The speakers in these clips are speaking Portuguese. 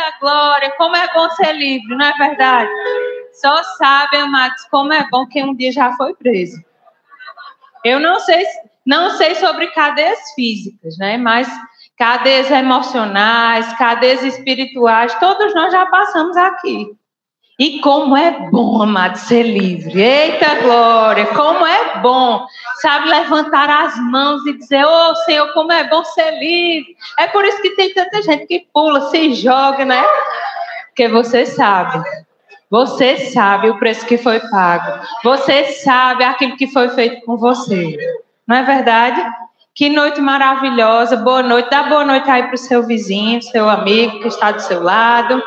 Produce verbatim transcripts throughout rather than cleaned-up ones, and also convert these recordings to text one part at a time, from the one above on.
glória! Como é bom ser livre, não é verdade? Só sabe, amados, como é bom quem um dia já foi preso. Eu não sei, não sei sobre cadeias físicas, né? Mas cadeias emocionais, cadeias espirituais, todos nós já passamos aqui. E como é bom, amado, ser livre. Eita glória, como é bom, sabe, levantar as mãos e dizer, ô oh, Senhor, como é bom ser livre. É por isso que tem tanta gente que pula, se joga, né? Porque você sabe, você sabe o preço que foi pago. Você sabe aquilo que foi feito com você. Não é verdade? Que noite maravilhosa, boa noite. Dá boa noite aí para o seu vizinho, seu amigo que está do seu lado.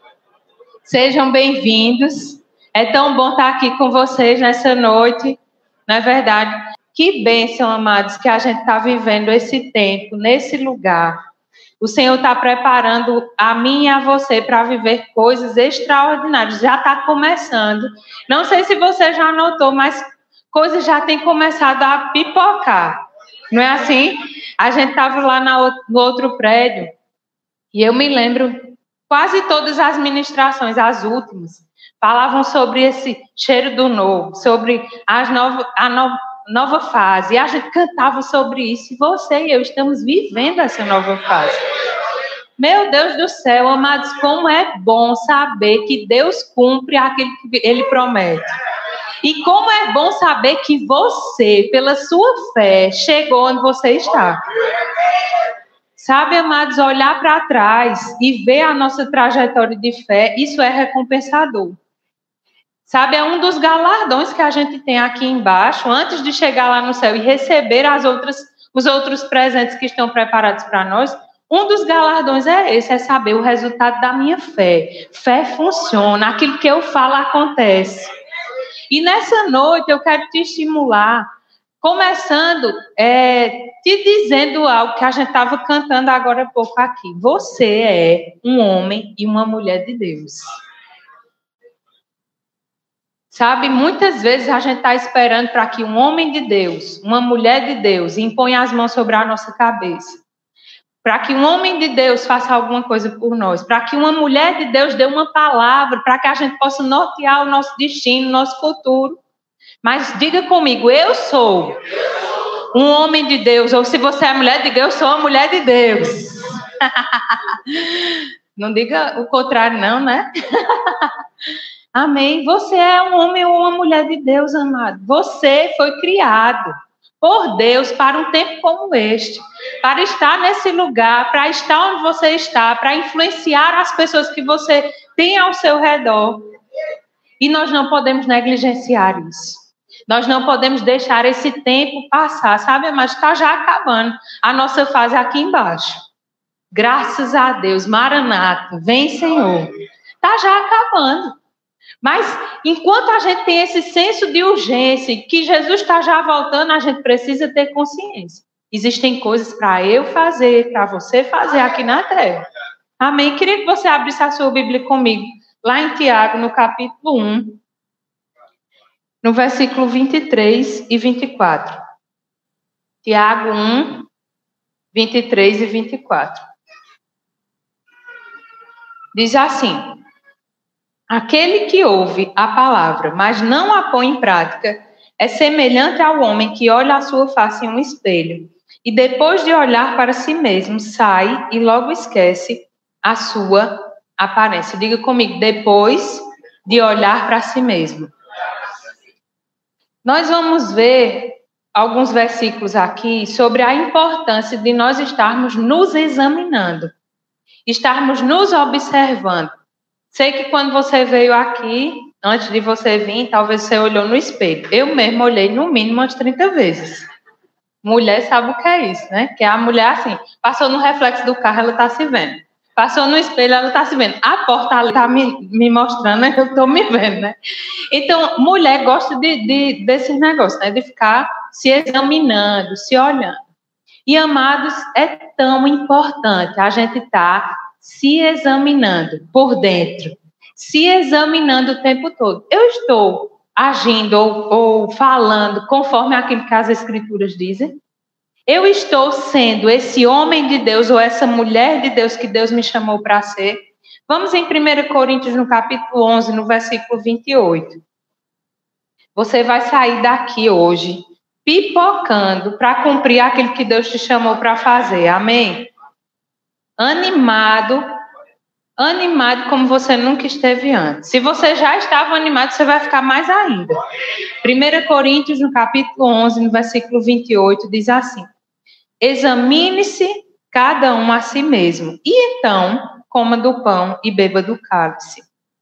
Sejam bem-vindos. É tão bom estar aqui com vocês nessa noite, não é verdade? Que bênção, amados, que a gente está vivendo esse tempo, nesse lugar. O Senhor está preparando a mim e a você para viver coisas extraordinárias. Já está começando. Não sei se você já notou, mas coisas já têm começado a pipocar. Não é assim? A gente estava lá na, no outro prédio e eu me lembro... Quase todas as ministrações, as últimas, falavam sobre esse cheiro do novo, sobre as novo, a no, nova fase. E a gente cantava sobre isso. E você e eu estamos vivendo essa nova fase. Meu Deus do céu, amados, como é bom saber que Deus cumpre aquilo que Ele promete. E como é bom saber que você, pela sua fé, chegou onde você está. Sabe, amados, olhar para trás e ver a nossa trajetória de fé, isso é recompensador. Sabe, é um dos galardões que a gente tem aqui embaixo, antes de chegar lá no céu e receber as outras, os outros presentes que estão preparados para nós. Um dos galardões é esse, é saber o resultado da minha fé. Fé funciona, aquilo que eu falo acontece. E nessa noite eu quero te estimular, começando, é, te dizendo algo que a gente estava cantando agora há pouco aqui. Você é um homem e uma mulher de Deus. Sabe, muitas vezes a gente está esperando para que um homem de Deus, uma mulher de Deus, imponha as mãos sobre a nossa cabeça. Para que um homem de Deus faça alguma coisa por nós. Para que uma mulher de Deus dê uma palavra, para que a gente possa nortear o nosso destino, o nosso futuro. Mas diga comigo, eu sou um homem de Deus, ou se você é mulher de Deus, eu sou uma mulher de Deus. Não diga o contrário não, né? Amém. Você é um homem ou uma mulher de Deus, amado. Você foi criado por Deus para um tempo como este, para estar nesse lugar, para estar onde você está, para influenciar as pessoas que você tem ao seu redor. E nós não podemos negligenciar isso. Nós não podemos deixar esse tempo passar, sabe? Mas está já acabando a nossa fase aqui embaixo. Graças a Deus, Maranata, vem Senhor. Está já acabando. Mas enquanto a gente tem esse senso de urgência, que Jesus está já voltando, a gente precisa ter consciência. Existem coisas para eu fazer, para você fazer aqui na terra. Amém? Queria que você abrisse a sua Bíblia comigo, lá em Tiago, no capítulo um. No versículo vinte e três e vinte e quatro. Tiago um, vinte e três e vinte e quatro. Diz assim: aquele que ouve a palavra, mas não a põe em prática, é semelhante ao homem que olha a sua face em um espelho, e depois de olhar para si mesmo, sai e logo esquece a sua aparência. Diga comigo, depois de olhar para si mesmo. Nós vamos ver alguns versículos aqui sobre a importância de nós estarmos nos examinando, estarmos nos observando. Sei que quando você veio aqui, antes de você vir, talvez você olhou no espelho. Eu mesmo olhei no mínimo umas trinta vezes. Mulher sabe o que é isso, né? Que a mulher, assim, passou no reflexo do carro, ela está se vendo. Passou no espelho, ela está se vendo. A porta ali está me, me mostrando, né? Eu estou me vendo, né? Então, mulher gosta de, de, desses negócios, né? De ficar se examinando, se olhando. E, amados, é tão importante a gente estar tá se examinando por dentro. Se examinando o tempo todo. Eu estou agindo ou, ou falando conforme aquilo que as Escrituras dizem? Eu estou sendo esse homem de Deus ou essa mulher de Deus que Deus me chamou para ser? Vamos em primeira Coríntios, no capítulo onze, no versículo vinte e oito. Você vai sair daqui hoje pipocando para cumprir aquilo que Deus te chamou para fazer. Amém? Animado, animado como você nunca esteve antes. Se você já estava animado, você vai ficar mais ainda. primeira Coríntios, no capítulo onze, no versículo vinte e oito, diz assim: examine-se cada um a si mesmo, e então coma do pão e beba do cálice.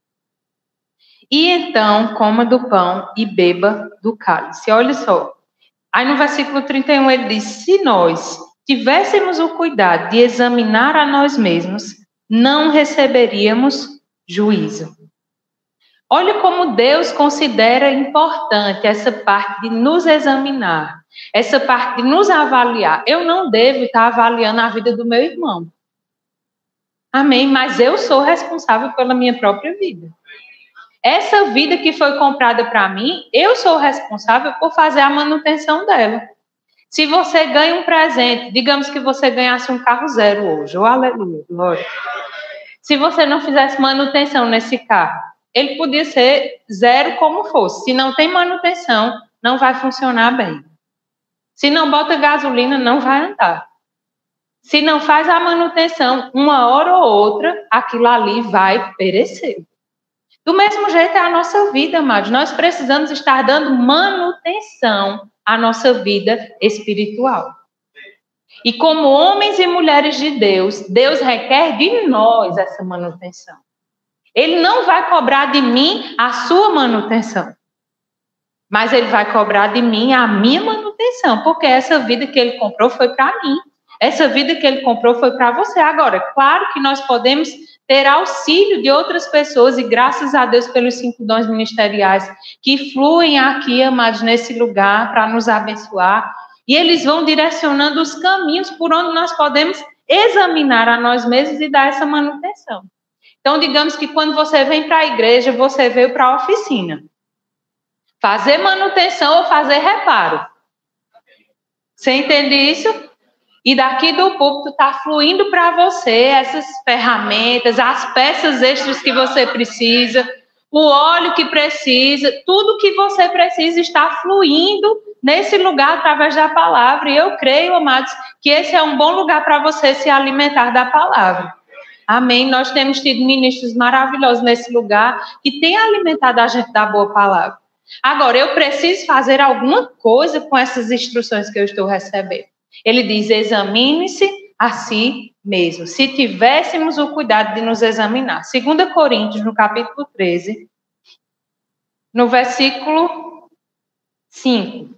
E então coma do pão e beba do cálice. Olha só. Aí no versículo trinta e um ele diz: se nós tivéssemos o cuidado de examinar a nós mesmos, não receberíamos juízo. Olha como Deus considera importante essa parte de nos examinar, essa parte de nos avaliar. Eu não devo estar avaliando a vida do meu irmão. Amém? Mas eu sou responsável pela minha própria vida. Essa vida que foi comprada para mim, eu sou responsável por fazer a manutenção dela. Se você ganha um presente, digamos que você ganhasse um carro zero hoje, oh, aleluia, glória. Se você não fizesse manutenção nesse carro, ele podia ser zero como fosse. Se não tem manutenção, não vai funcionar bem. Se não bota gasolina, não vai andar. Se não faz a manutenção, uma hora ou outra, aquilo ali vai perecer. Do mesmo jeito é a nossa vida, amados. Nós precisamos estar dando manutenção à nossa vida espiritual. E como homens e mulheres de Deus, Deus requer de nós essa manutenção. Ele não vai cobrar de mim a sua manutenção, mas ele vai cobrar de mim a minha manutenção, porque essa vida que ele comprou foi para mim. Essa vida que ele comprou foi para você. Agora, claro que nós podemos ter auxílio de outras pessoas, e graças a Deus pelos cinco dons ministeriais que fluem aqui, amados, nesse lugar para nos abençoar. E eles vão direcionando os caminhos por onde nós podemos examinar a nós mesmos e dar essa manutenção. Então, digamos que quando você vem para a igreja, você veio para a oficina. Fazer manutenção ou fazer reparo. Você entende isso? E daqui do púlpito está fluindo para você essas ferramentas, as peças extras que você precisa, o óleo que precisa, tudo que você precisa está fluindo nesse lugar através da palavra. E eu creio, amados, que esse é um bom lugar para você se alimentar da palavra. Amém? Nós temos tido ministros maravilhosos nesse lugar que têm alimentado a gente da boa palavra. Agora, eu preciso fazer alguma coisa com essas instruções que eu estou recebendo. Ele diz: examine-se a si mesmo. Se tivéssemos o cuidado de nos examinar. segunda Coríntios, no capítulo treze, no versículo cinco,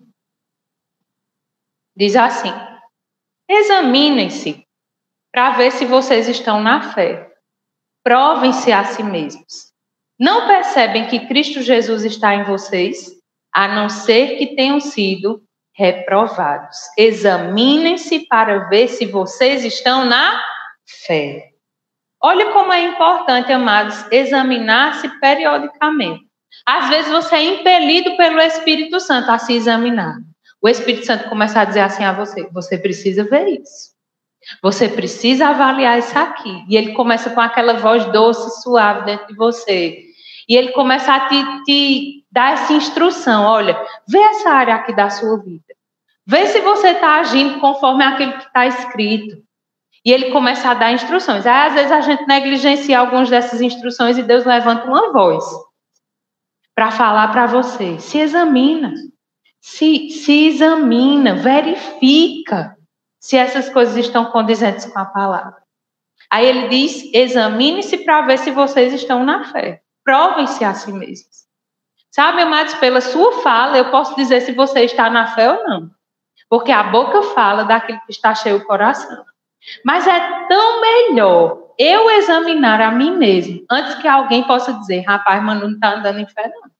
diz assim: examinem-se para ver se vocês estão na fé. Provem-se a si mesmos. Não percebem que Cristo Jesus está em vocês, a não ser que tenham sido reprovados. Examinem-se para ver se vocês estão na fé. Olha como é importante, amados, examinar-se periodicamente. Às vezes você é impelido pelo Espírito Santo a se examinar. O Espírito Santo começa a dizer assim a você: você precisa ver isso. Você precisa avaliar isso aqui. E ele começa com aquela voz doce, suave dentro de você. E ele começa a te, te dar essa instrução: olha, vê essa área aqui da sua vida. Vê se você está agindo conforme aquilo que está escrito. E ele começa a dar instruções. Aí, às vezes, a gente negligencia algumas dessas instruções e Deus levanta uma voz para falar para você: se examina, se, se examina, verifica se essas coisas estão condizentes com a palavra. Aí ele diz: examine-se para ver se vocês estão na fé. Provem-se a si mesmos. Sabe, amados, pela sua fala, eu posso dizer se você está na fé ou não. Porque a boca fala daquilo que está cheio o coração. Mas é tão melhor eu examinar a mim mesmo antes que alguém possa dizer: rapaz, Manu não está andando em fé, não.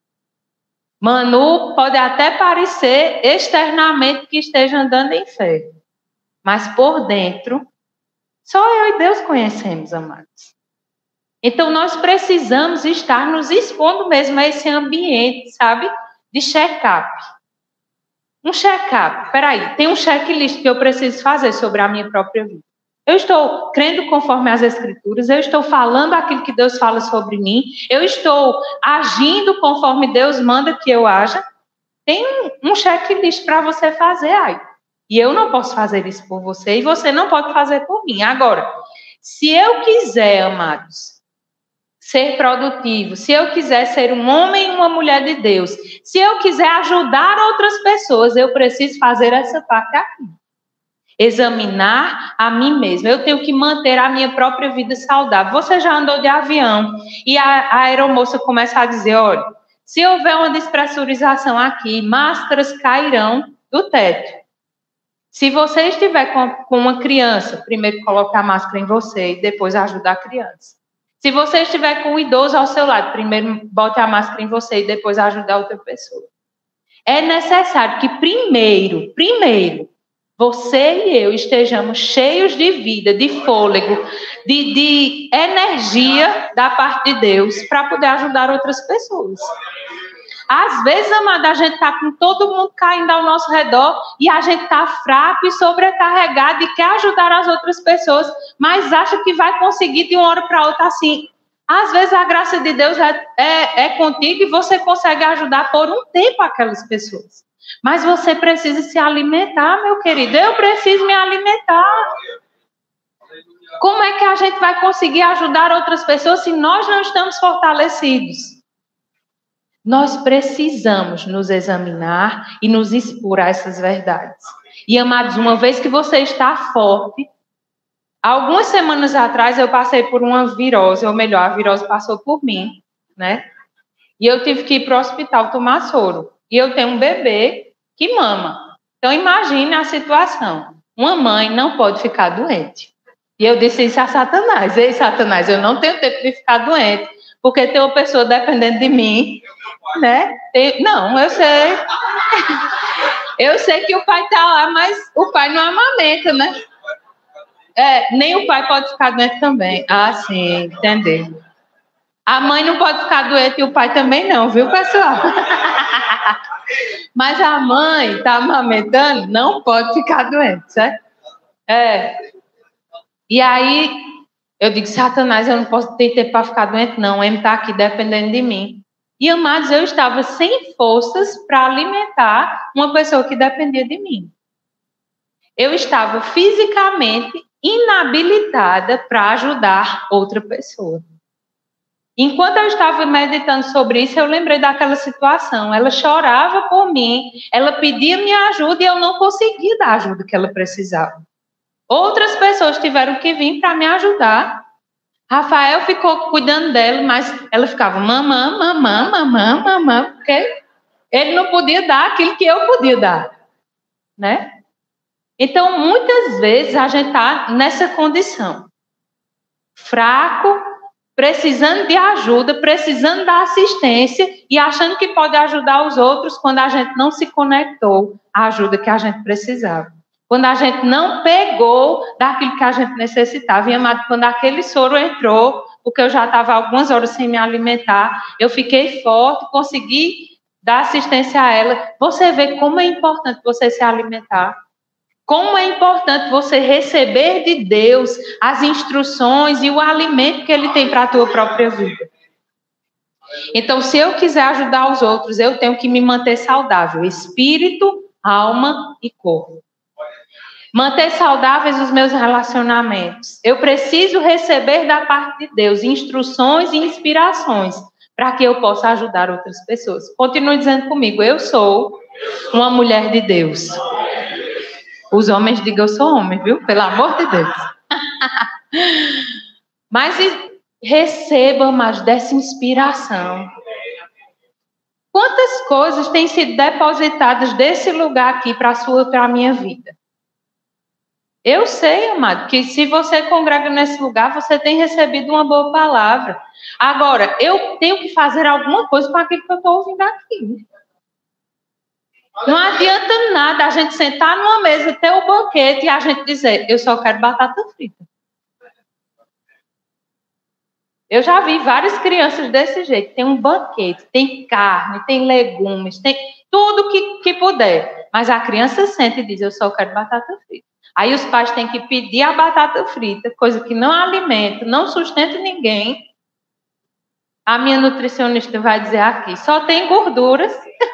Manu pode até parecer externamente que esteja andando em fé. Mas por dentro, só eu e Deus conhecemos, amados. Então, nós precisamos estar nos expondo mesmo a esse ambiente, sabe? De check-up. Um check-up. Peraí, tem um checklist que eu preciso fazer sobre a minha própria vida. Eu estou crendo conforme as Escrituras, eu estou falando aquilo que Deus fala sobre mim, eu estou agindo conforme Deus manda que eu haja. Tem um, um checklist para você fazer aí. E eu não posso fazer isso por você e você não pode fazer por mim. Agora, se eu quiser, amados, ser produtivo, se eu quiser ser um homem e uma mulher de Deus, se eu quiser ajudar outras pessoas, eu preciso fazer essa parte aqui. Examinar a mim mesma. Eu tenho que manter a minha própria vida saudável. Você já andou de avião e a, a aeromoça começa a dizer, olha, se houver uma despressurização aqui, máscaras cairão do teto. Se você estiver com, com uma criança, primeiro colocar a máscara em você e depois ajudar a criança. Se você estiver com um idoso ao seu lado, primeiro bote a máscara em você e depois ajudar outra pessoa. É necessário que primeiro, primeiro, você e eu estejamos cheios de vida, de fôlego, de, de energia da parte de Deus para poder ajudar outras pessoas. Às vezes, amada, a gente está com todo mundo caindo ao nosso redor e a gente está fraco e sobrecarregado e quer ajudar as outras pessoas, mas acha que vai conseguir de uma hora para outra assim. Às vezes a graça de Deus é, é, é contigo e você consegue ajudar por um tempo aquelas pessoas. Mas você precisa se alimentar, meu querido. Eu preciso me alimentar. Como é que a gente vai conseguir ajudar outras pessoas se nós não estamos fortalecidos? Nós precisamos nos examinar e nos expor a essas verdades. E, amados, uma vez que você está forte, algumas semanas atrás eu passei por uma virose, ou melhor, a virose passou por mim, né? E eu tive que ir para o hospital tomar soro. E eu tenho um bebê que mama. Então, imagine a situação. Uma mãe não pode ficar doente. E eu disse isso a Satanás. Ei, Satanás, eu não tenho tempo de ficar doente, porque tem uma pessoa dependendo de mim, né? Tem... Não, eu sei. Eu sei que o pai está lá, mas o pai não amamenta, né? É, nem o pai pode ficar doente também. Ah, sim, entendeu. A mãe não pode ficar doente e o pai também não, viu, pessoal? Mas a mãe está amamentando, não pode ficar doente, certo? É. E aí, eu digo, Satanás, eu não posso ter tempo para ficar doente, não. Ele está aqui dependendo de mim. E, amados, eu estava sem forças para alimentar uma pessoa que dependia de mim. Eu estava fisicamente inabilitada para ajudar outra pessoa. Enquanto eu estava meditando sobre isso, eu lembrei daquela situação. Ela chorava por mim, ela pedia minha ajuda e eu não conseguia dar a ajuda que ela precisava. Outras pessoas tiveram que vir para me ajudar. Rafael ficou cuidando dela, mas ela ficava mamã, mamã, mamã, mamã, porque ele não podia dar aquilo que eu podia dar, né? Então, muitas vezes a gente está nessa condição. Fraco, precisando de ajuda, precisando da assistência e achando que pode ajudar os outros quando a gente não se conectou à ajuda que a gente precisava. Quando a gente não pegou daquilo que a gente necessitava. E, amado, quando aquele soro entrou, porque eu já estava algumas horas sem me alimentar, eu fiquei forte, consegui dar assistência a ela. Você vê como é importante você se alimentar. Como é importante você receber de Deus as instruções e o alimento que Ele tem para a tua própria vida. Então, se eu quiser ajudar os outros, eu tenho que me manter saudável. Espírito, alma e corpo. Manter saudáveis os meus relacionamentos. Eu preciso receber da parte de Deus instruções e inspirações para que eu possa ajudar outras pessoas. Continue dizendo comigo, eu sou uma mulher de Deus. Os homens digam, eu sou homem, viu? Pelo amor de Deus. Mas receba mais dessa inspiração. Quantas coisas têm sido depositadas desse lugar aqui para a sua, para a minha vida? Eu sei, amado, que se você congrega nesse lugar, você tem recebido uma boa palavra. Agora, eu tenho que fazer alguma coisa com aquilo que eu estou ouvindo aqui. Não adianta nada a gente sentar numa mesa, ter o banquete e a gente dizer, eu só quero batata frita. Eu já vi várias crianças desse jeito. Tem um banquete, tem carne, tem legumes, tem tudo que, que puder. Mas a criança senta e diz, eu só quero batata frita. Aí os pais têm que pedir a batata frita, coisa que não alimenta, não sustenta ninguém. A minha nutricionista vai dizer aqui, só tem gorduras.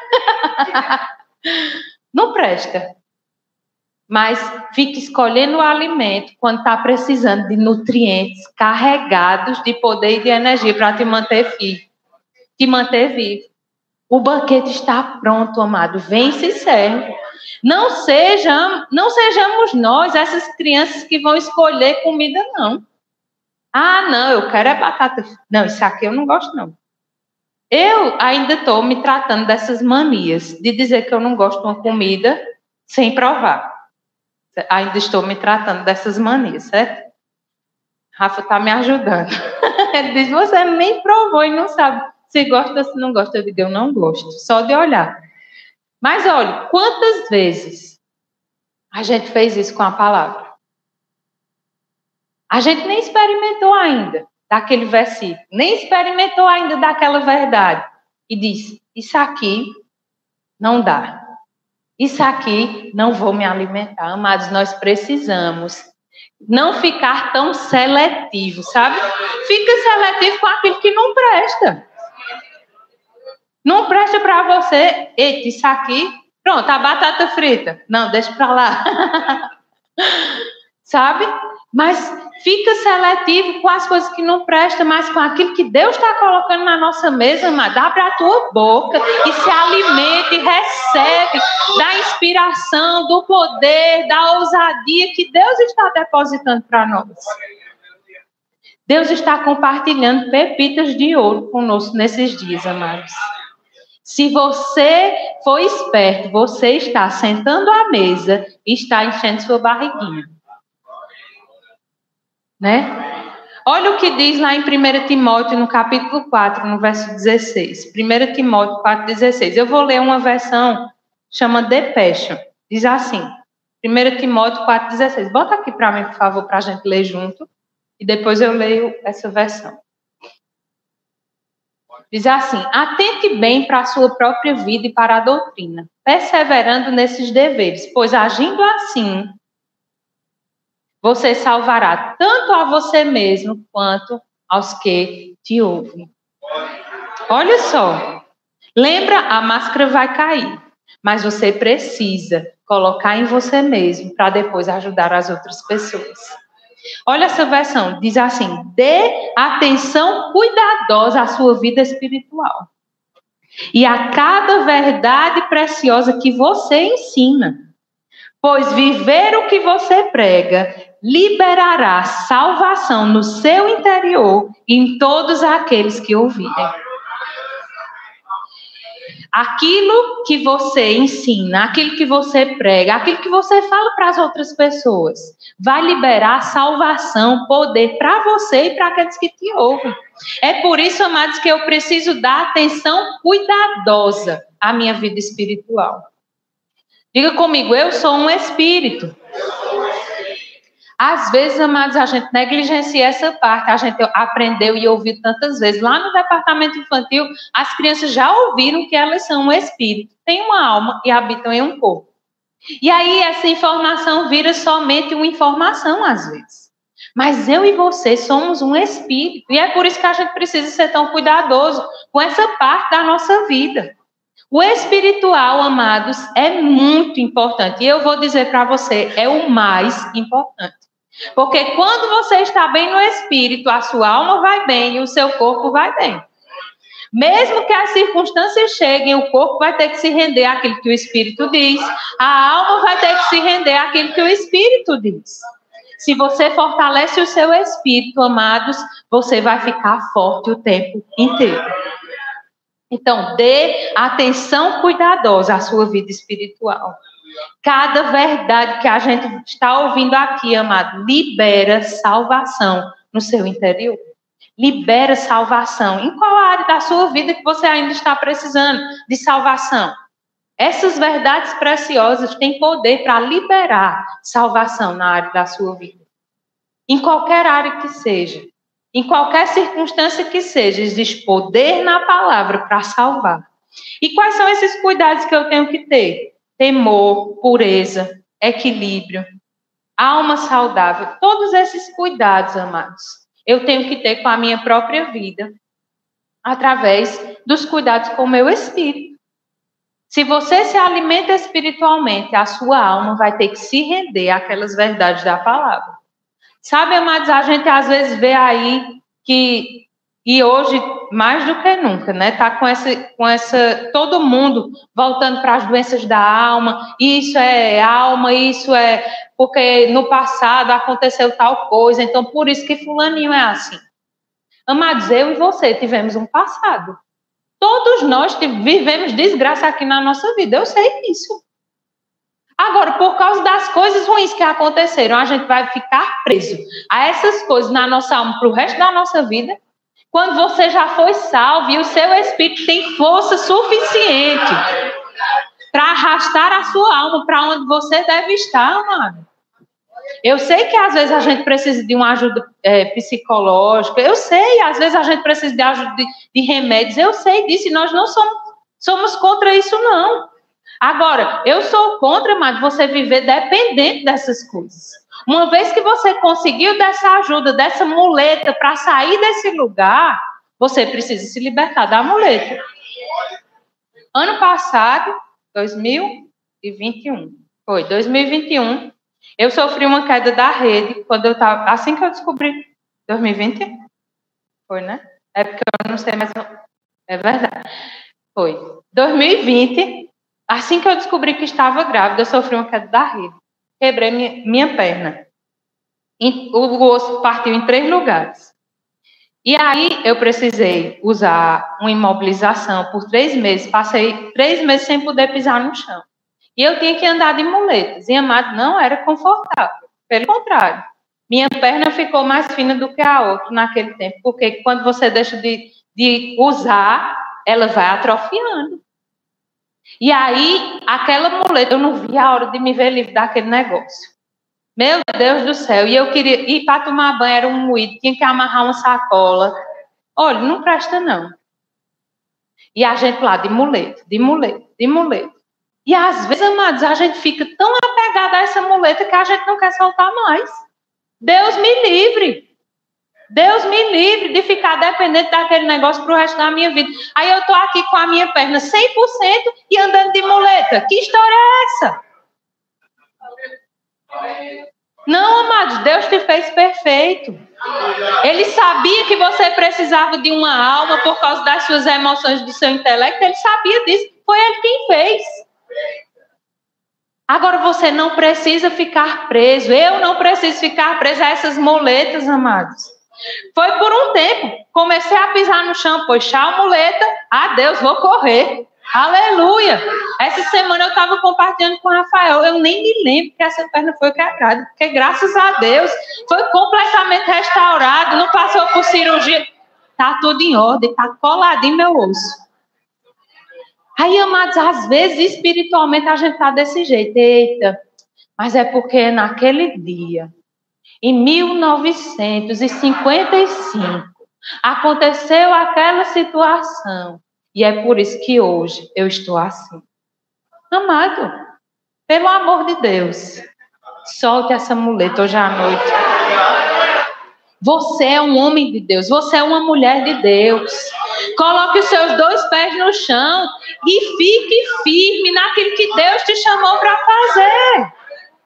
Não presta. Mas fica escolhendo o alimento quando está precisando de nutrientes carregados de poder e de energia para te manter vivo. Te manter vivo. O banquete está pronto, amado. Vem e se serve. Não sejam, não sejamos nós essas crianças que vão escolher comida, não. Ah, não, eu quero é batata. Não, isso aqui eu não gosto, não. Eu ainda estou me tratando dessas manias de dizer que eu não gosto de uma comida sem provar. Ainda estou me tratando dessas manias, certo? Rafa está me ajudando. Ele diz, você nem provou e não sabe se gosta ou se não gosta. Eu digo, eu não gosto, só de olhar. Mas olha, quantas vezes a gente fez isso com a palavra? A gente nem experimentou ainda daquele versículo, nem experimentou ainda daquela verdade. E diz, isso aqui não dá. Isso aqui não vou me alimentar. Amados, nós precisamos não ficar tão seletivo, sabe? Fica seletivo com aquilo que não presta. Não presta para você. Eita, isso aqui, pronto, a batata frita. Não, deixa para lá. Sabe? Mas fica seletivo com as coisas que não prestam, mas com aquilo que Deus está colocando na nossa mesa, amado. Abre a tua boca e se alimente, recebe da inspiração, do poder, da ousadia que Deus está depositando para nós. Deus está compartilhando pepitas de ouro conosco nesses dias, amados. Se você for esperto, você está sentando à mesa e está enchendo sua barriguinha. Né? Olha o que diz lá em primeiro Timóteo, no capítulo quatro, no verso dezesseis. primeiro Timóteo quatro, dezesseis. Eu vou ler uma versão, chama The Passion. Diz assim, primeiro Timóteo quatro, dezesseis. Bota aqui para mim, por favor, para a gente ler junto. E depois eu leio essa versão. Diz assim, atente bem para a sua própria vida e para a doutrina, perseverando nesses deveres, pois agindo assim, você salvará tanto a você mesmo quanto aos que te ouvem. Olha só. Lembra, a máscara vai cair. Mas você precisa colocar em você mesmo para depois ajudar as outras pessoas. Olha essa versão. Diz assim. Dê atenção cuidadosa à sua vida espiritual. E a cada verdade preciosa que você ensina. Pois viver o que você prega liberará salvação no seu interior e em todos aqueles que ouvirem. Aquilo que você ensina, aquilo que você prega, aquilo que você fala para as outras pessoas, vai liberar salvação, poder para você e para aqueles que te ouvem. É por isso, amados, que eu preciso dar atenção cuidadosa à minha vida espiritual. Diga comigo, eu sou um espírito. Às vezes, amados, a gente negligencia essa parte. A gente aprendeu e ouviu tantas vezes. Lá no departamento infantil, as crianças já ouviram que elas são um espírito. Têm uma alma e habitam em um corpo. E aí, essa informação vira somente uma informação, às vezes. Mas eu e você somos um espírito. E é por isso que a gente precisa ser tão cuidadoso com essa parte da nossa vida. O espiritual, amados, é muito importante. E eu vou dizer para você, é o mais importante. Porque quando você está bem no espírito, a sua alma vai bem e o seu corpo vai bem. Mesmo que as circunstâncias cheguem, o corpo vai ter que se render àquilo que o espírito diz. A alma vai ter que se render àquilo que o espírito diz. Se você fortalece o seu espírito, amados, você vai ficar forte o tempo inteiro. Então, dê atenção cuidadosa à sua vida espiritual. Cada verdade que a gente está ouvindo aqui, amado, libera salvação no seu interior. Libera salvação. Em qual área da sua vida que você ainda está precisando de salvação? Essas verdades preciosas têm poder para liberar salvação na área da sua vida. Em qualquer área que seja. Em qualquer circunstância que seja, existe poder na palavra para salvar. E quais são esses cuidados que eu tenho que ter? Temor, pureza, equilíbrio. alma saudável, todos esses cuidados, amados, eu tenho que ter com a minha própria vida, através dos cuidados com o meu espírito. Se você se alimenta espiritualmente, a sua alma vai ter que se render àquelas verdades da palavra. Sabe, amados, a gente às vezes vê aí que, e hoje mais do que nunca, né, tá com essa, com essa, todo mundo voltando para as doenças da alma, isso é alma, isso é porque no passado aconteceu tal coisa, então por isso que fulaninho é assim. Amados, eu e você tivemos um passado. Todos nós vivemos desgraça aqui na nossa vida, eu sei disso. Agora, por causa das coisas ruins que aconteceram, a gente vai ficar preso a essas coisas na nossa alma para o resto da nossa vida. Quando você já foi salvo e o seu espírito tem força suficiente para arrastar a sua alma para onde você deve estar, amado. Eu sei que às vezes a gente precisa de uma ajuda é, psicológica, eu sei, às vezes a gente precisa de ajuda de, de remédios, eu sei disso, e nós não somos, somos contra isso, não. Agora, eu sou contra, mas você viver dependente dessas coisas. Uma vez que você conseguiu dessa ajuda, dessa muleta para sair desse lugar, você precisa se libertar da muleta. Ano passado, dois mil e vinte e um, foi dois mil e vinte e um, eu sofri uma queda da rede quando eu estava, assim que eu descobri, dois mil e vinte? Foi, né? É porque eu não sei mais, é verdade. Foi. dois mil e vinte, assim que eu descobri que estava grávida, eu sofri uma queda da rede. Quebrei minha, minha perna. O osso partiu em três lugares. E aí eu precisei usar uma imobilização por três meses. Passei três meses sem poder pisar no chão. E eu tinha que andar de muletas. E, amado, não era confortável. Pelo contrário. Minha perna ficou mais fina do que a outra naquele tempo. Porque quando você deixa de, de usar, ela vai atrofiando. E aí, aquela muleta, eu não vi a hora de me ver livre daquele negócio. Meu Deus do céu. E eu queria ir para tomar banho, era um moído, tinha que amarrar uma sacola. Olha, não presta não. E a gente lá, de muleta, de muleta, de muleta. E às vezes, amados, a gente fica tão apegado a essa muleta que a gente não quer soltar mais. Deus me livre. Deus me livre de ficar dependente daquele negócio para o resto da minha vida. Aí eu estou aqui com a minha perna cem por cento e andando de muleta. Que história é essa? Não, amados, Deus te fez perfeito. Ele sabia que você precisava de uma alma por causa das suas emoções, do seu intelecto. Ele sabia disso. Foi ele quem fez. Agora você não precisa ficar preso. Eu não preciso ficar preso a essas muletas, amados. Foi por um tempo. Comecei a pisar no chão, puxar a muleta. Adeus, vou correr. Aleluia. Essa semana eu estava compartilhando com o Rafael. Eu nem me lembro que essa perna foi quebrada. Porque graças a Deus foi completamente restaurado. Não passou por cirurgia. Está tudo em ordem. Está coladinho meu osso. Aí, amados, às vezes espiritualmente a gente está desse jeito. Eita, mas é porque naquele dia, em mil novecentos e cinquenta e cinco, aconteceu aquela situação. E é por isso que hoje eu estou assim. Amado, pelo amor de Deus, solte essa muleta hoje à noite. Você é um homem de Deus, você é uma mulher de Deus. Coloque os seus dois pés no chão e fique firme naquilo que Deus te chamou para fazer.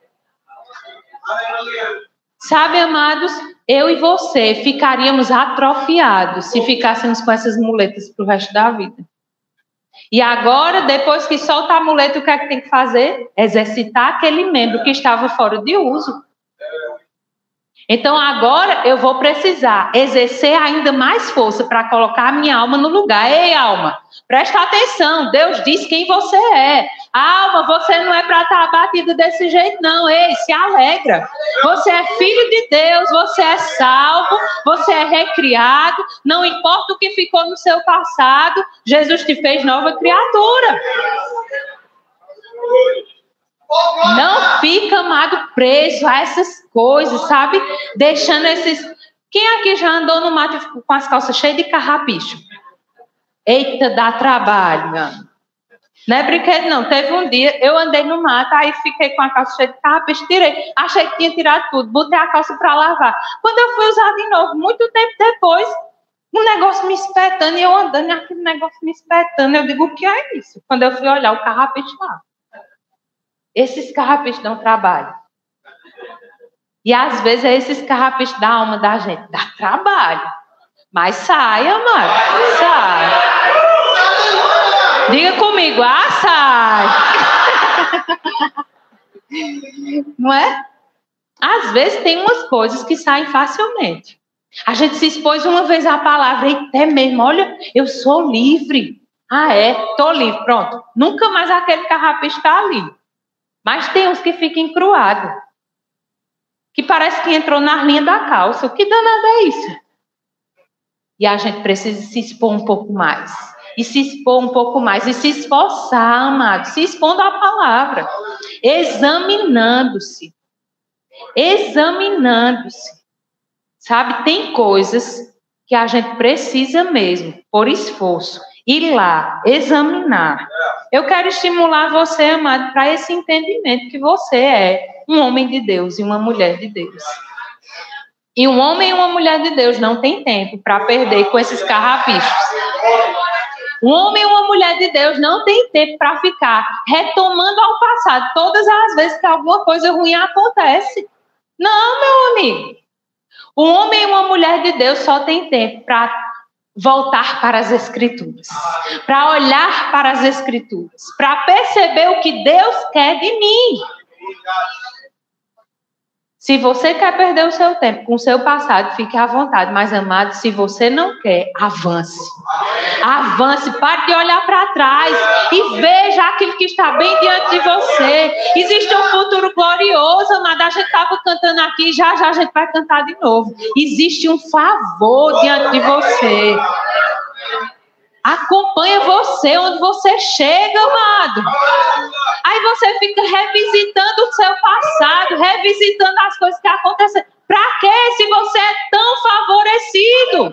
Sabe, amados, eu e você ficaríamos atrofiados se ficássemos com essas muletas para o resto da vida. E agora, depois que solta a muleta, o que é que tem que fazer? Exercitar aquele membro que estava fora de uso. Então, agora eu vou precisar exercer ainda mais força para colocar a minha alma no lugar. Ei, alma, presta atenção. Deus diz quem você é. Alma, você não é para estar abatida desse jeito, não. Ei, se alegra. Você é filho de Deus, você é salvo, você é recriado. Não importa o que ficou no seu passado, Jesus te fez nova criatura. Não fica, amado, preso a essas coisas, sabe? Deixando esses... Quem aqui já andou no mato com as calças cheias de carrapicho? Eita, dá trabalho. Não é brinquedo, não. Teve um dia, eu andei no mato, aí fiquei com a calça cheia de carrapicho, tirei. Achei que tinha tirado tudo, botei a calça para lavar. Quando eu fui usar de novo, muito tempo depois, um negócio me espetando, e eu andando, e aquele negócio me espetando. Eu digo, o que é isso? Quando eu fui olhar o carrapicho lá. Esses carrapichos dão trabalho. E às vezes é esses carrapichos da alma da gente. Dá trabalho. Mas sai, amado. Sai. Diga comigo, ah, sai. Não é? Às vezes tem umas coisas que saem facilmente. A gente se expôs uma vez à palavra, e até mesmo, olha, eu sou livre. Ah, é? Estou livre, pronto. Nunca mais aquele carrapicho está ali. Mas tem uns que ficam encruados. Que parece que entrou na linha da calça. O que danado é isso? E a gente precisa se expor um pouco mais. E se expor um pouco mais. E se esforçar, amado. Se expondo à palavra. Examinando-se. Examinando-se. Sabe, tem coisas que a gente precisa mesmo, por esforço, ir lá, examinar. Eu quero estimular você, amado, para esse entendimento que você é um homem de Deus e uma mulher de Deus. E um homem e uma mulher de Deus não tem tempo para perder com esses carrapichos. Um homem e uma mulher de Deus não tem tempo para ficar retomando ao passado todas as vezes que alguma coisa ruim acontece. Não, meu amigo. Um homem e uma mulher de Deus só tem tempo para voltar para as Escrituras, para olhar para as Escrituras, para perceber o que Deus quer de mim. Se você quer perder o seu tempo com o seu passado, fique à vontade. Mas, amado, se você não quer, avance. Avance, pare de olhar para trás e veja aquilo que está bem diante de você. Existe um futuro glorioso, amado. A gente estava cantando aqui, já já a gente vai cantar de novo. Existe um favor diante de você. Acompanha você onde você chega, amado. Aí você fica revisitando o seu passado, revisitando as coisas que aconteceram. Para quê, se você é tão favorecido?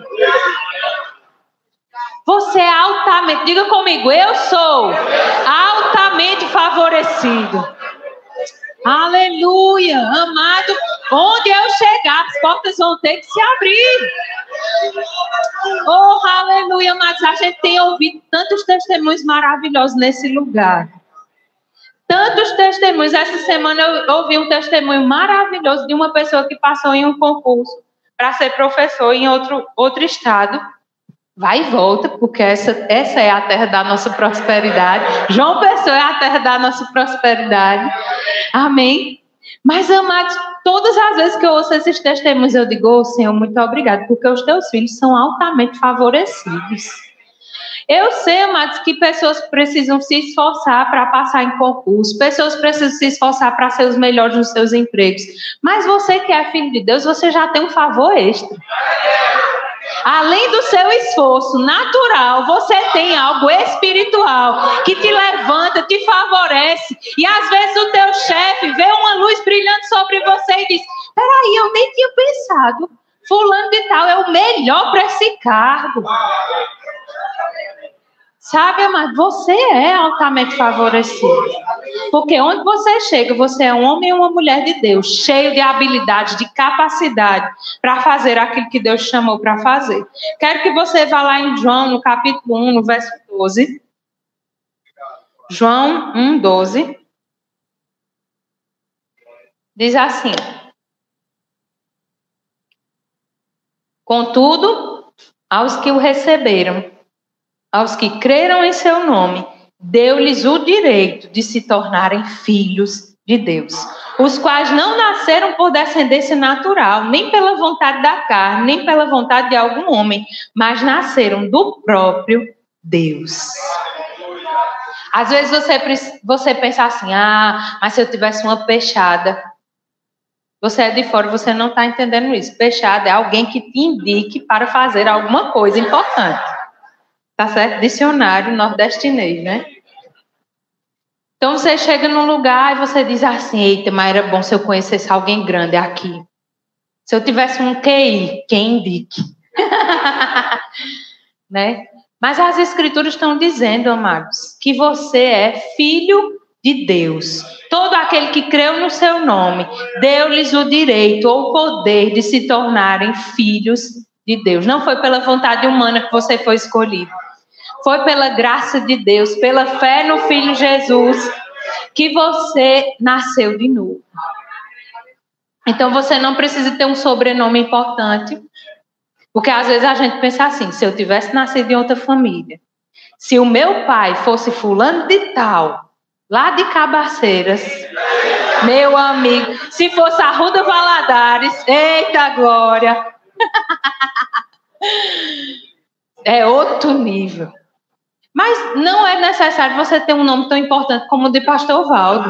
Você é altamente, diga comigo, eu sou altamente favorecido. Aleluia, amado. Onde eu chegar, as portas vão ter que se abrir. Oh, aleluia, mas a gente tem ouvido tantos testemunhos maravilhosos nesse lugar. Tantos testemunhos. Essa semana eu ouvi um testemunho maravilhoso de uma pessoa que passou em um concurso para ser professor em outro, outro estado. Vai e volta, porque essa, essa é a terra da nossa prosperidade. João Pessoa é a terra da nossa prosperidade. Amém? Mas, amados, todas as vezes que eu ouço esses testemunhos, eu digo, oh, Senhor, muito obrigado, porque os teus filhos são altamente favorecidos. Eu sei, amados, que pessoas precisam se esforçar para passar em concurso, pessoas precisam se esforçar para ser os melhores nos seus empregos. Mas você que é filho de Deus, você já tem um favor extra. Além do seu esforço natural, você tem algo espiritual que te levanta, te favorece. E às vezes o teu chefe vê uma luz brilhando sobre você e diz, peraí, eu nem tinha pensado. Fulano de tal é o melhor para esse cargo. Sabe, amado, você é altamente favorecido. Porque onde você chega, você é um homem e uma mulher de Deus, cheio de habilidade, de capacidade para fazer aquilo que Deus chamou para fazer. Quero que você vá lá em João, no capítulo um, no verso doze. João um, doze. Diz assim: contudo, aos que o receberam, aos que creram em seu nome, deu-lhes o direito de se tornarem filhos de Deus, os quais não nasceram por descendência natural, nem pela vontade da carne, nem pela vontade de algum homem, mas nasceram do próprio Deus. Às vezes você, você pensa assim, ah, mas se eu tivesse uma peixada. Você é de fora, você não está entendendo isso. Peixada é alguém que te indique para fazer alguma coisa importante. Tá certo? Dicionário nordestinês, né? Então você chega num lugar e você diz assim, eita, mas era bom se eu conhecesse alguém grande aqui. Se eu tivesse um Q I, quem indique? Né? Mas as Escrituras estão dizendo, amados, que você é filho de Deus. Todo aquele que creu no seu nome, deu-lhes o direito ou o poder de se tornarem filhos de Deus. Não foi pela vontade humana que você foi escolhido. Foi pela graça de Deus, pela fé no Filho Jesus, que você nasceu de novo. Então você não precisa ter um sobrenome importante. Porque às vezes a gente pensa assim, se eu tivesse nascido em outra família, se o meu pai fosse fulano de tal, lá de Cabaceiras, meu amigo, se fosse Arruda Valadares, eita glória! É outro nível. Mas não é necessário você ter um nome tão importante como o de Pastor Valdo.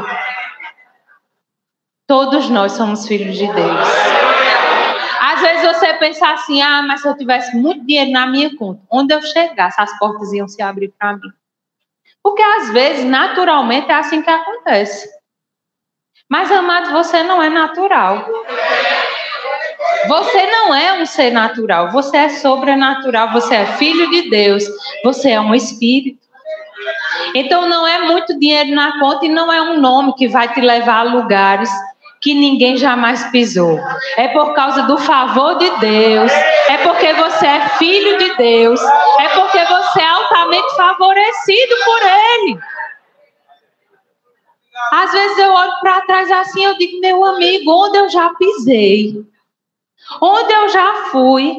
Todos nós somos filhos de Deus. Às vezes você pensa assim, ah, mas se eu tivesse muito dinheiro na minha conta, onde eu chegasse, as portas iam se abrir para mim. Porque às vezes, naturalmente, é assim que acontece. Mas, amados, você não é natural. Você não é um ser natural, você é sobrenatural, você é filho de Deus, você é um espírito. Então não é muito dinheiro na conta e não é um nome que vai te levar a lugares que ninguém jamais pisou. É por causa do favor de Deus, é porque você é filho de Deus, é porque você é altamente favorecido por Ele. Às vezes eu olho para trás assim, eu digo, meu amigo, onde eu já pisei? Onde eu já fui?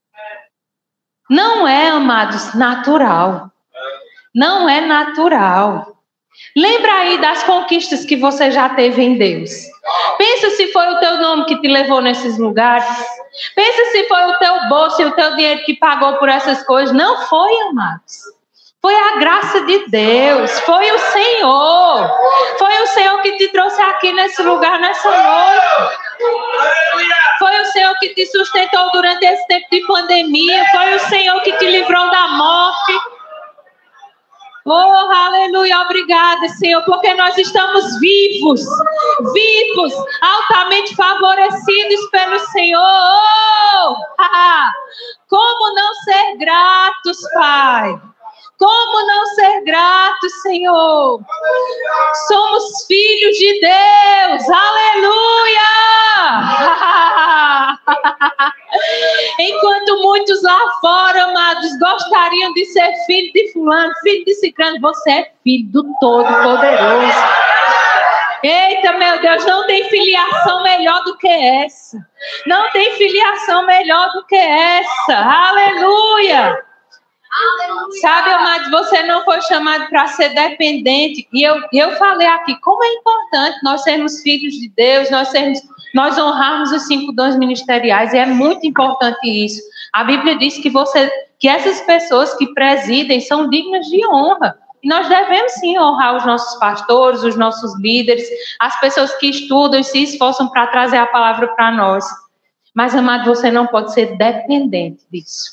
Não é, amados, natural. Não é natural. Lembra aí das conquistas que você já teve em Deus. Pensa se foi o teu nome que te levou nesses lugares. Pensa se foi o teu bolso e o teu dinheiro que pagou por essas coisas. Não foi, amados. Foi a graça de Deus. Foi o Senhor. Foi o Senhor que te trouxe aqui nesse lugar, nessa noite. Foi o Senhor que te sustentou durante esse tempo de pandemia. Foi o Senhor que te livrou da morte. Oh, aleluia, obrigada, Senhor, porque nós estamos vivos, vivos, altamente favorecidos pelo Senhor. Oh, como não ser gratos, Pai? Como não ser gratos, Senhor? Somos filhos de Deus, aleluia! Enquanto muitos lá fora, amados, gostariam de ser filho de fulano, filho de ciclano, você é filho do Todo-Poderoso. Eita, meu Deus, não tem filiação melhor do que essa. Não tem filiação melhor do que essa. Aleluia! Sabe, amados, você não foi chamado para ser dependente. E eu, eu falei aqui, como é importante nós sermos filhos de Deus, nós, sermos, nós honrarmos os cinco dons ministeriais. E é muito importante isso. A Bíblia diz que, você, que essas pessoas que presidem são dignas de honra. E nós devemos sim honrar os nossos pastores, os nossos líderes, as pessoas que estudam e se esforçam para trazer a palavra para nós. Mas, amado, você não pode ser dependente disso.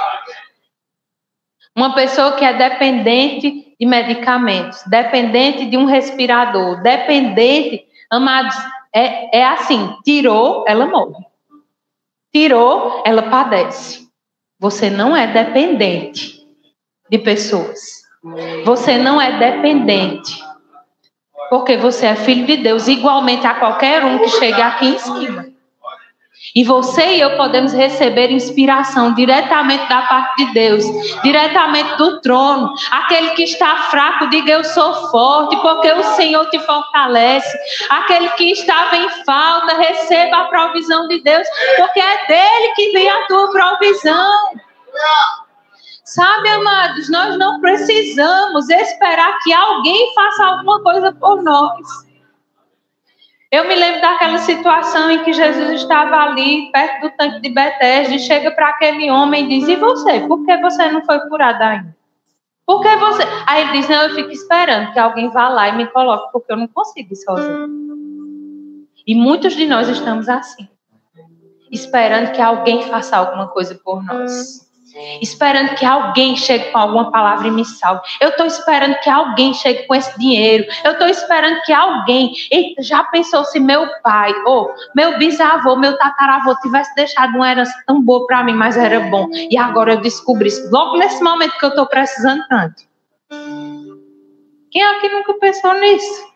Uma pessoa que é dependente de medicamentos, dependente de um respirador, dependente, amados, é, é assim, tirou, ela morre. Tirou, ela padece. Você não é dependente de pessoas. Você não é dependente. Porque você é filho de Deus, igualmente a qualquer um que chegue aqui em cima. E você e eu podemos receber inspiração diretamente da parte de Deus, diretamente do trono. Aquele que está fraco, diga eu sou forte, porque o Senhor te fortalece. Aquele que estava em falta, receba a provisão de Deus, porque é dele que vem a tua provisão. Sabe, amados, nós não precisamos esperar que alguém faça alguma coisa por nós. Eu me lembro daquela situação em que Jesus estava ali, perto do tanque de Betesda, e chega para aquele homem e diz, e você? Por que você não foi curado ainda? Por que você... Aí ele diz, não, eu fico esperando que alguém vá lá e me coloque, porque eu não consigo ir sozinho. E muitos de nós estamos assim, esperando que alguém faça alguma coisa por nós. esperando que alguém chegue com alguma palavra e me salve. Eu estou esperando que alguém chegue com esse dinheiro. Eu estou esperando que alguém... Eita, já pensou se meu pai, ou meu bisavô, meu tataravô tivesse deixado uma herança tão boa para mim, mas era bom. E agora eu descobri isso logo nesse momento que eu estou precisando tanto. Quem aqui nunca pensou nisso?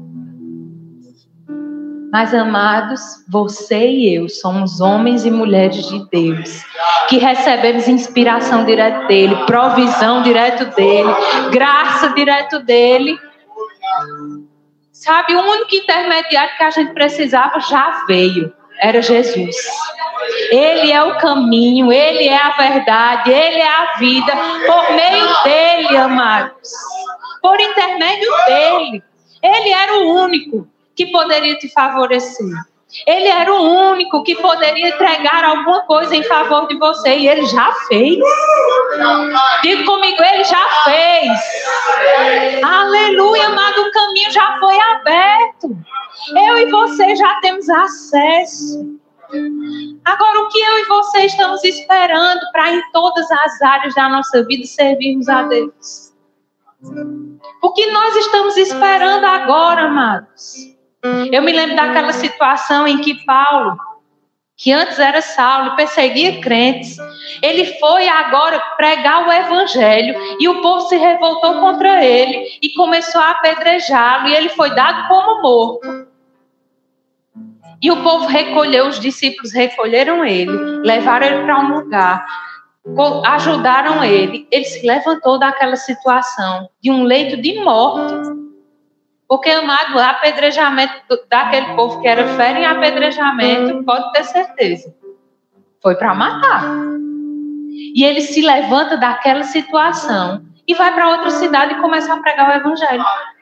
Mas, amados, você e eu somos homens e mulheres de Deus, que recebemos inspiração direto dele, provisão direto dele, graça direto dele. Sabe, o único intermediário que a gente precisava já veio, era Jesus. Ele é o caminho, ele é a verdade, ele é a vida, por meio dele, amados, por intermédio dele. Ele era o único que poderia te favorecer. Ele era o único que poderia entregar alguma coisa em favor de você. E ele já fez. Diga comigo, ele já fez. Aleluia, amado, o caminho já foi aberto. Eu e você já temos acesso. Agora, o que eu e você estamos esperando para em todas as áreas da nossa vida servirmos a Deus? O que nós estamos esperando agora, amados? Eu me lembro daquela situação em que Paulo, que antes era Saulo e perseguia crentes, ele foi agora pregar o evangelho e o povo se revoltou contra ele e começou a apedrejá-lo e ele foi dado como morto. E o povo recolheu, os discípulos recolheram ele, levaram ele para um lugar, ajudaram ele. Ele se levantou daquela situação, de um leito de morte. Porque, amado, o apedrejamento daquele povo que era fera em apedrejamento, pode ter certeza, foi para matar. E ele se levanta daquela situação e vai para outra cidade e começa a pregar o evangelho.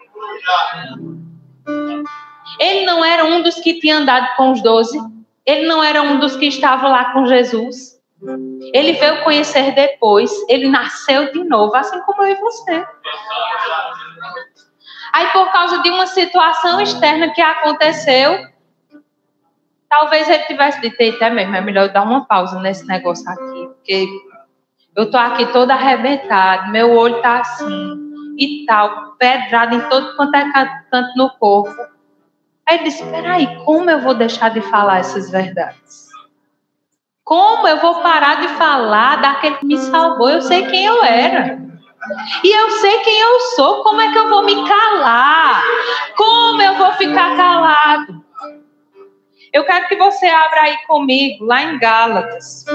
Ele não era um dos que tinha andado com os doze. Ele não era um dos que estava lá com Jesus. Ele veio conhecer depois. Ele nasceu de novo, assim como eu e você. Aí, por causa de uma situação externa que aconteceu, talvez ele tivesse dito, até mesmo, é melhor eu dar uma pausa nesse negócio aqui, porque eu tô aqui todo arrebentado, meu olho tá assim, e tal, pedrado em todo quanto é canto no corpo. Aí ele disse, peraí, como eu vou deixar de falar essas verdades? Como eu vou parar de falar daquele que me salvou? Eu sei quem eu era. E eu sei quem eu sou, como é que eu vou me calar? Como eu vou ficar calado? Eu quero que você abra aí comigo, lá em Gálatas.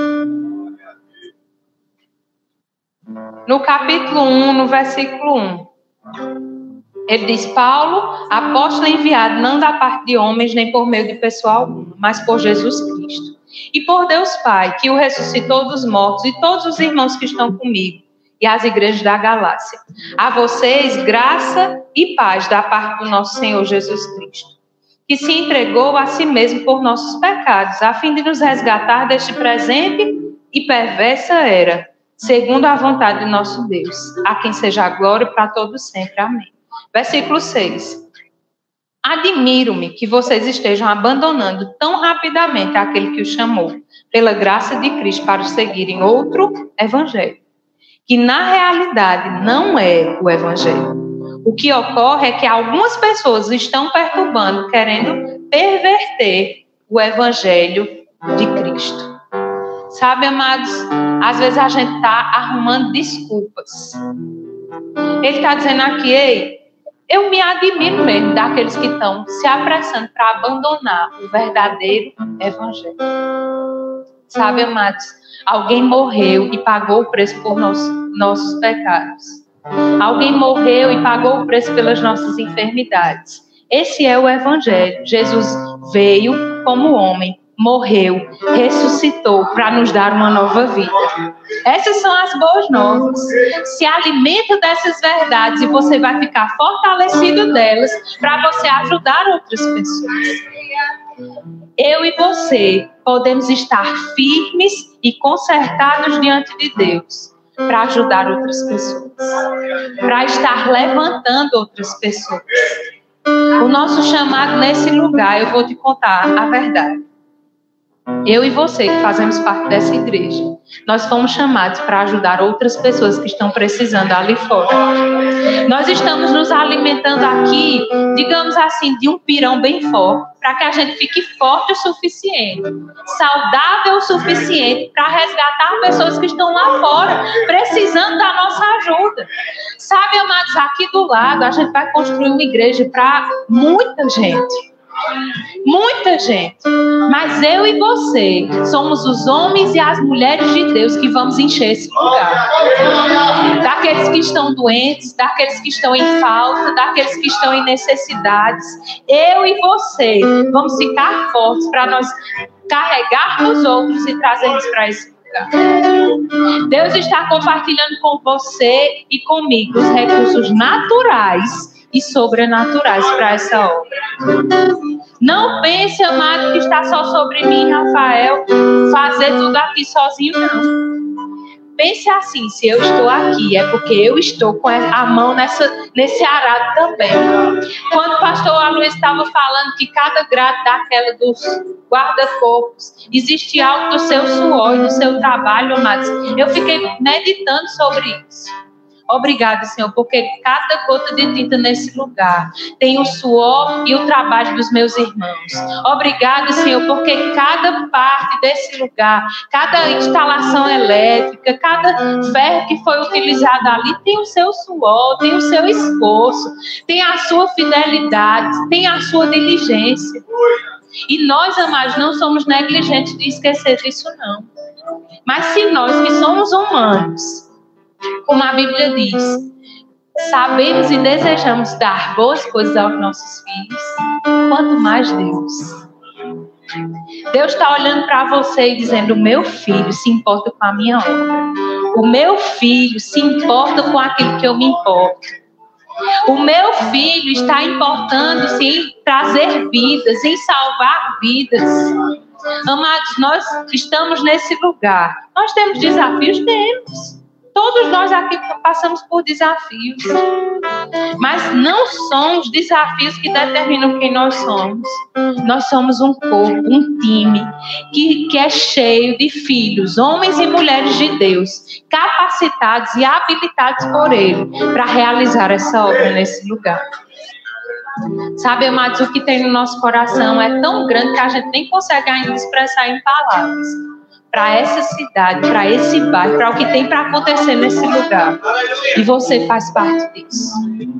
No capítulo um, no versículo um. Ele diz, Paulo, apóstolo enviado, não da parte de homens, nem por meio de pessoa alguma, mas por Jesus Cristo. E por Deus Pai, que o ressuscitou dos mortos, e todos os irmãos que estão comigo, e as igrejas da Galácia. A vocês, graça e paz da parte do nosso Senhor Jesus Cristo, que se entregou a si mesmo por nossos pecados, a fim de nos resgatar deste presente e perversa era, segundo a vontade de nosso Deus, a quem seja a glória para todos sempre. Amém. Versículo seis. Admiro-me que vocês estejam abandonando tão rapidamente aquele que os chamou, pela graça de Cristo, para seguirem outro evangelho, que na realidade não é o evangelho. O que ocorre é que algumas pessoas estão perturbando, querendo perverter o evangelho de Cristo. Sabe, amados, às vezes a gente está arrumando desculpas. Ele está dizendo aqui, ei, eu me admiro mesmo daqueles que estão se apressando para abandonar o verdadeiro evangelho. Sabe, amados, alguém morreu e pagou o preço por nossos, nossos pecados. Alguém morreu e pagou o preço pelas nossas enfermidades. Esse é o evangelho. Jesus veio como homem, morreu, ressuscitou para nos dar uma nova vida. Essas são as boas novas. Se alimenta dessas verdades e você vai ficar fortalecido delas para você ajudar outras pessoas. Eu e você podemos estar firmes e consertados diante de Deus para ajudar outras pessoas, para estar levantando outras pessoas. O nosso chamado nesse lugar, eu vou te contar a verdade. Eu e você que fazemos parte dessa igreja, nós fomos chamados para ajudar outras pessoas que estão precisando ali fora. Nós estamos nos alimentando aqui, digamos assim, de um pirão bem forte, para que a gente fique forte o suficiente, saudável o suficiente para resgatar pessoas que estão lá fora, precisando da nossa ajuda. Sabe, amados, aqui do lado a gente vai construir uma igreja para muita gente. Muita gente, mas eu e você somos os homens e as mulheres de Deus que vamos encher esse lugar. Daqueles que estão doentes, daqueles que estão em falta, daqueles que estão em necessidades. Eu e você vamos ficar fortes para nós carregar os outros e trazermos para esse lugar. Deus está compartilhando com você e comigo os recursos naturais e sobrenaturais para essa obra. Não pense, amado, que está só sobre mim, Rafael, fazer tudo aqui sozinho, não. Pense assim, se eu estou aqui, é porque eu estou com a mão nessa, nesse arado também. Quando o pastor Aloysio estava falando que cada grade daquela dos guarda-corpos, existe algo do seu suor e do seu trabalho, amados, eu fiquei meditando sobre isso. Obrigada, Senhor, porque cada gota de tinta nesse lugar tem o suor e o trabalho dos meus irmãos. Obrigada, Senhor, porque cada parte desse lugar, cada instalação elétrica, cada ferro que foi utilizado ali tem o seu suor, tem o seu esforço, tem a sua fidelidade, tem a sua diligência. E nós, amados, não somos negligentes de esquecer disso, não. Mas se nós que somos humanos, como a Bíblia diz, sabemos e desejamos dar boas coisas aos nossos filhos, quanto mais Deus. Deus está olhando para você e dizendo: o meu filho se importa com a minha obra. O meu filho se importa com aquilo que eu me importo. O meu filho está importando-se em trazer vidas, em salvar vidas. Amados, nós estamos nesse lugar. Nós temos desafios? Temos. Todos nós aqui passamos por desafios, mas não são os desafios que determinam quem nós somos. Nós somos um corpo, um time, que, que é cheio de filhos, homens e mulheres de Deus, capacitados e habilitados por Ele para realizar essa obra nesse lugar. Sabe, amados, o que tem no nosso coração é tão grande que a gente nem consegue ainda expressar em palavras. Para essa cidade, para esse bairro, para o que tem para acontecer nesse lugar. E você faz parte disso.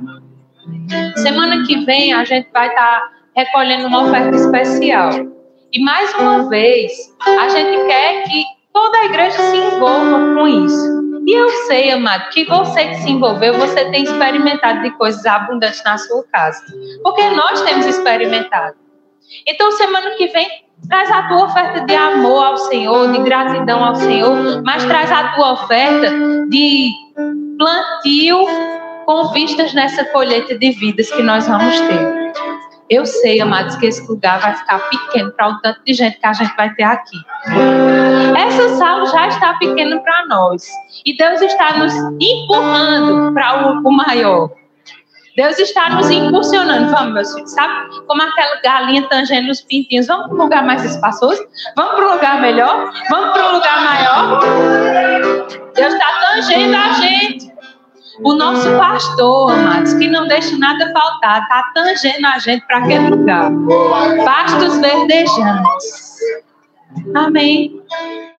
Semana que vem a gente vai estar recolhendo uma oferta especial. E mais uma vez, a gente quer que toda a igreja se envolva com isso. E eu sei, amado, que você que se envolveu, você tem experimentado de coisas abundantes na sua casa. Porque nós temos experimentado. Então, semana que vem, traz a tua oferta de amor ao Senhor, de gratidão ao Senhor, mas traz a tua oferta de plantio com vistas nessa colheita de vidas que nós vamos ter. Eu sei, amados, que esse lugar vai ficar pequeno para o tanto de gente que a gente vai ter aqui. Essa sala já está pequena para nós. E Deus está nos empurrando para o, o maior. Deus está nos impulsionando. Vamos, meus filhos, sabe? Como aquela galinha tangendo os pintinhos. Vamos para um lugar mais espaçoso? Vamos para um lugar melhor? Vamos para um lugar maior? Deus está tangendo a gente. O nosso pastor, amados, que não deixa nada faltar, está tangendo a gente para aquele lugar. Pastos verdejantes. Amém.